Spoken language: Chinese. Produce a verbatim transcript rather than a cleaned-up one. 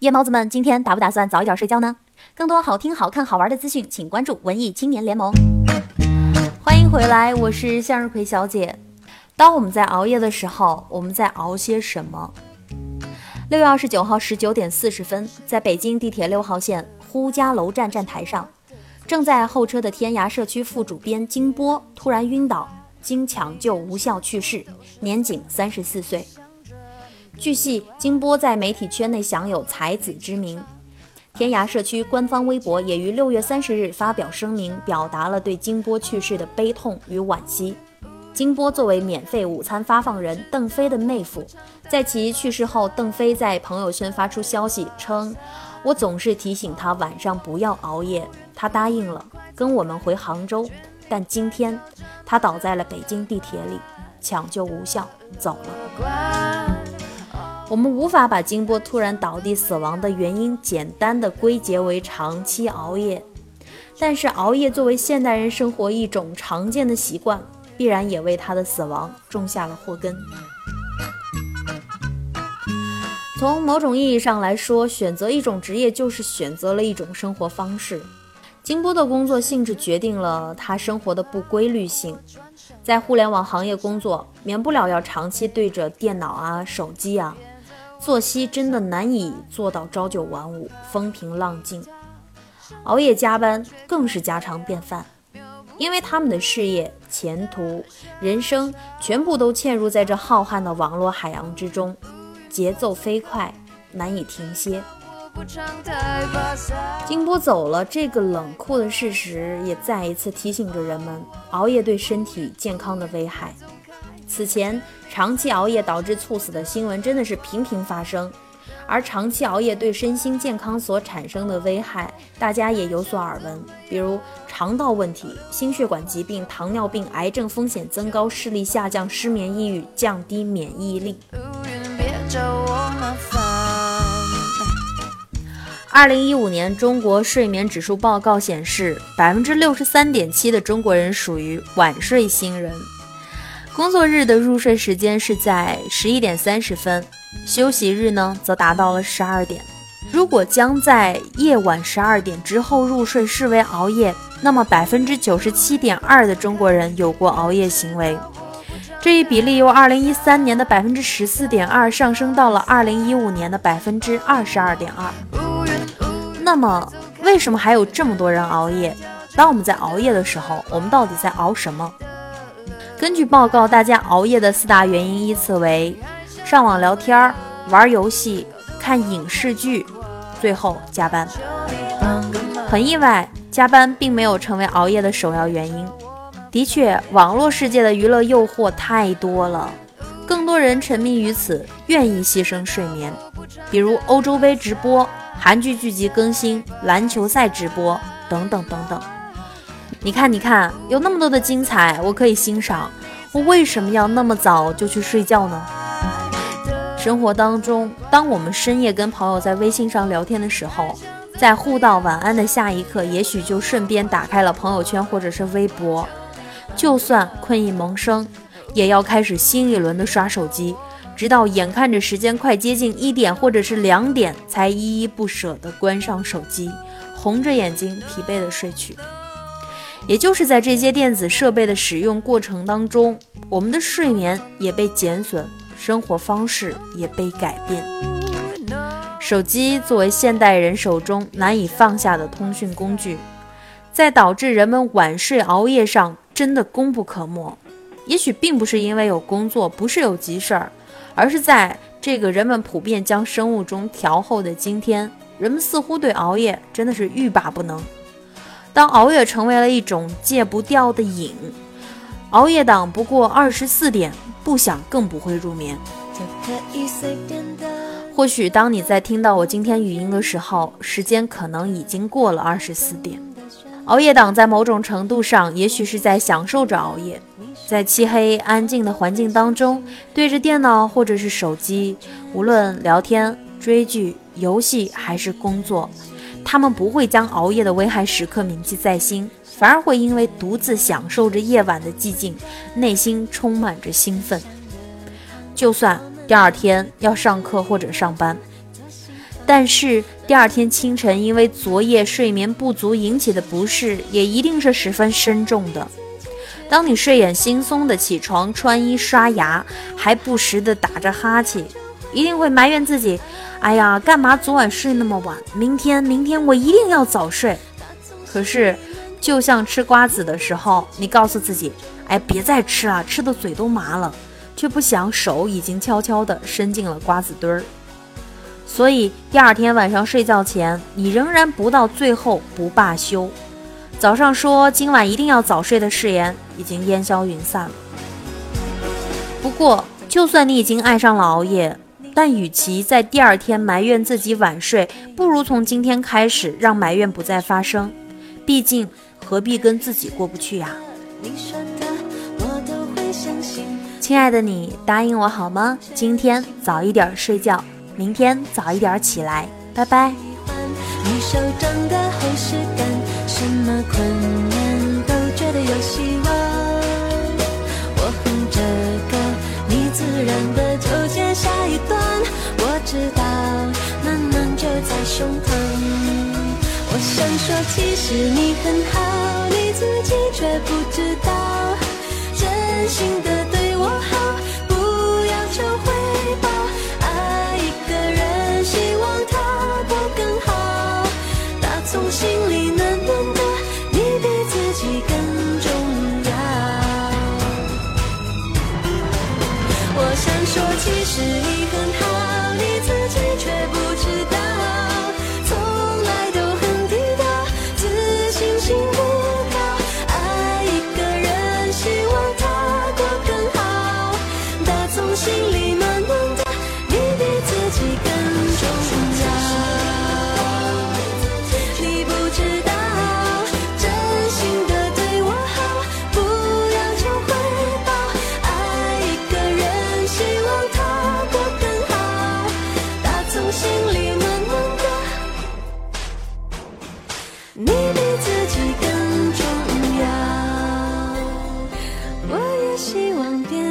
夜猫子们，今天打不打算早一点睡觉呢？更多好听、好看、好玩的资讯，请关注文艺青年联盟。欢迎回来，我是向日葵小姐。当我们在熬夜的时候，我们在熬些什么？六月二十九号十九点四十分，在北京地铁六号线呼家楼站站台上，正在候车的天涯社区副主编金波突然晕倒，经抢救无效去世，年仅三十四岁。据悉，金波在媒体圈内享有才子之名。天涯社区官方微博也于六月三十日发表声明，表达了对金波去世的悲痛与惋惜。金波作为免费午餐发放人邓飞的妹夫，在其去世后，邓飞在朋友圈发出消息称，我总是提醒他晚上不要熬夜，他答应了，跟我们回杭州，但今天他倒在了北京地铁里，抢救无效，走了。我们无法把金波突然倒地死亡的原因简单的归结为长期熬夜，但是熬夜作为现代人生活一种常见的习惯，必然也为他的死亡种下了祸根。从某种意义上来说，选择一种职业就是选择了一种生活方式。金波的工作性质决定了他生活的不规律性，在互联网行业工作，免不了要长期对着电脑啊、手机啊，作息真的难以做到朝九晚五、风平浪静，熬夜加班更是家常便饭，因为他们的事业、前途、人生全部都嵌入在这浩瀚的网络海洋之中，节奏飞快，难以停歇。金波走了，这个冷酷的事实也再一次提醒着人们熬夜对身体健康的危害。此前长期熬夜导致猝死的新闻真的是频频发生，而长期熬夜对身心健康所产生的危害大家也有所耳闻，比如肠道问题、心血管疾病、糖尿病、癌症风险增高、视力下降、失眠、抑郁、降低免疫力。二零一五年中国睡眠指数报告显示， 百分之六十三点七 的中国人属于晚睡星人，工作日的入睡时间是在十一点三十分，休息日呢则达到了十二点。如果将在夜晚十二点之后入睡视为熬夜，那么 百分之九十七点二 的中国人有过熬夜行为。这一比例由二零一三年的 百分之十四点二 上升到了二零一五年的 百分之二十二点二。那么为什么还有这么多人熬夜？当我们在熬夜的时候，我们到底在熬什么？根据报告，大家熬夜的四大原因依次为上网聊天、玩游戏、看影视剧，最后加班。很意外，加班并没有成为熬夜的首要原因。的确，网络世界的娱乐诱惑太多了，更多人沉迷于此，愿意牺牲睡眠，比如欧洲杯直播、韩剧剧集更新、篮球赛直播等等等等。你看你看，有那么多的精彩我可以欣赏，我为什么要那么早就去睡觉呢？生活当中，当我们深夜跟朋友在微信上聊天的时候，在互道晚安的下一刻，也许就顺便打开了朋友圈或者是微博，就算困意萌生，也要开始新一轮的刷手机，直到眼看着时间快接近一点或者是两点，才依依不舍地关上手机，红着眼睛疲惫地睡去。也就是在这些电子设备的使用过程当中，我们的睡眠也被减损，生活方式也被改变。手机作为现代人手中难以放下的通讯工具，在导致人们晚睡熬夜上真的功不可没。也许并不是因为有工作，不是有急事儿，而是在这个人们普遍将生物钟调后的今天，人们似乎对熬夜真的是欲罢不能。当熬夜成为了一种戒不掉的瘾，熬夜党不过二十四点，不想更不会入眠。或许当你在听到我今天语音的时候，时间可能已经过了二十四点。熬夜党在某种程度上也许是在享受着熬夜，在漆黑安静的环境当中，对着电脑或者是手机，无论聊天、追剧、游戏还是工作，他们不会将熬夜的危害时刻铭记在心，反而会因为独自享受着夜晚的寂静，内心充满着兴奋。就算第二天要上课或者上班， 但是第二天清晨因为昨夜睡眠不足引起的不适也一定是十分深重的。当你睡眼惺忪的起床穿衣刷牙，还不时的打着哈欠，一定会埋怨自己，哎呀，干嘛昨晚睡那么晚，明天明天我一定要早睡。可是就像吃瓜子的时候，你告诉自己，哎，别再吃了，吃的嘴都麻了，却不想手已经悄悄地伸进了瓜子堆儿。所以第二天晚上睡觉前，你仍然不到最后不罢休。早上说今晚一定要早睡的誓言已经烟消云散了。不过就算你已经爱上了熬夜，但与其在第二天埋怨自己晚睡，不如从今天开始让埋怨不再发生。毕竟何必跟自己过不去呀？亲爱的你，答应我好吗？今天早一点睡觉，明天早一点起来，拜拜。你手掌的厚实感，什么困难都觉得有希望。我哼着歌，你自然的就接下一段。我知道暖暖就在胸膛。我想说其实你很好，你自己却不知道。真心的对我好，不要求回报。爱一个人，希望他过更好。打从心里暖暖的，你比自己更重要。我想说其实你很好，你自己却不知道。从来都很低调，自信心不高。爱一个人，希望他过更好。打从心里暖暖的，你比自己更重要。你不知道，真心的对我好，不要求回报。爱一个人，希望他过更好。打从心里暖暖的，你比自己更重要。我也希望变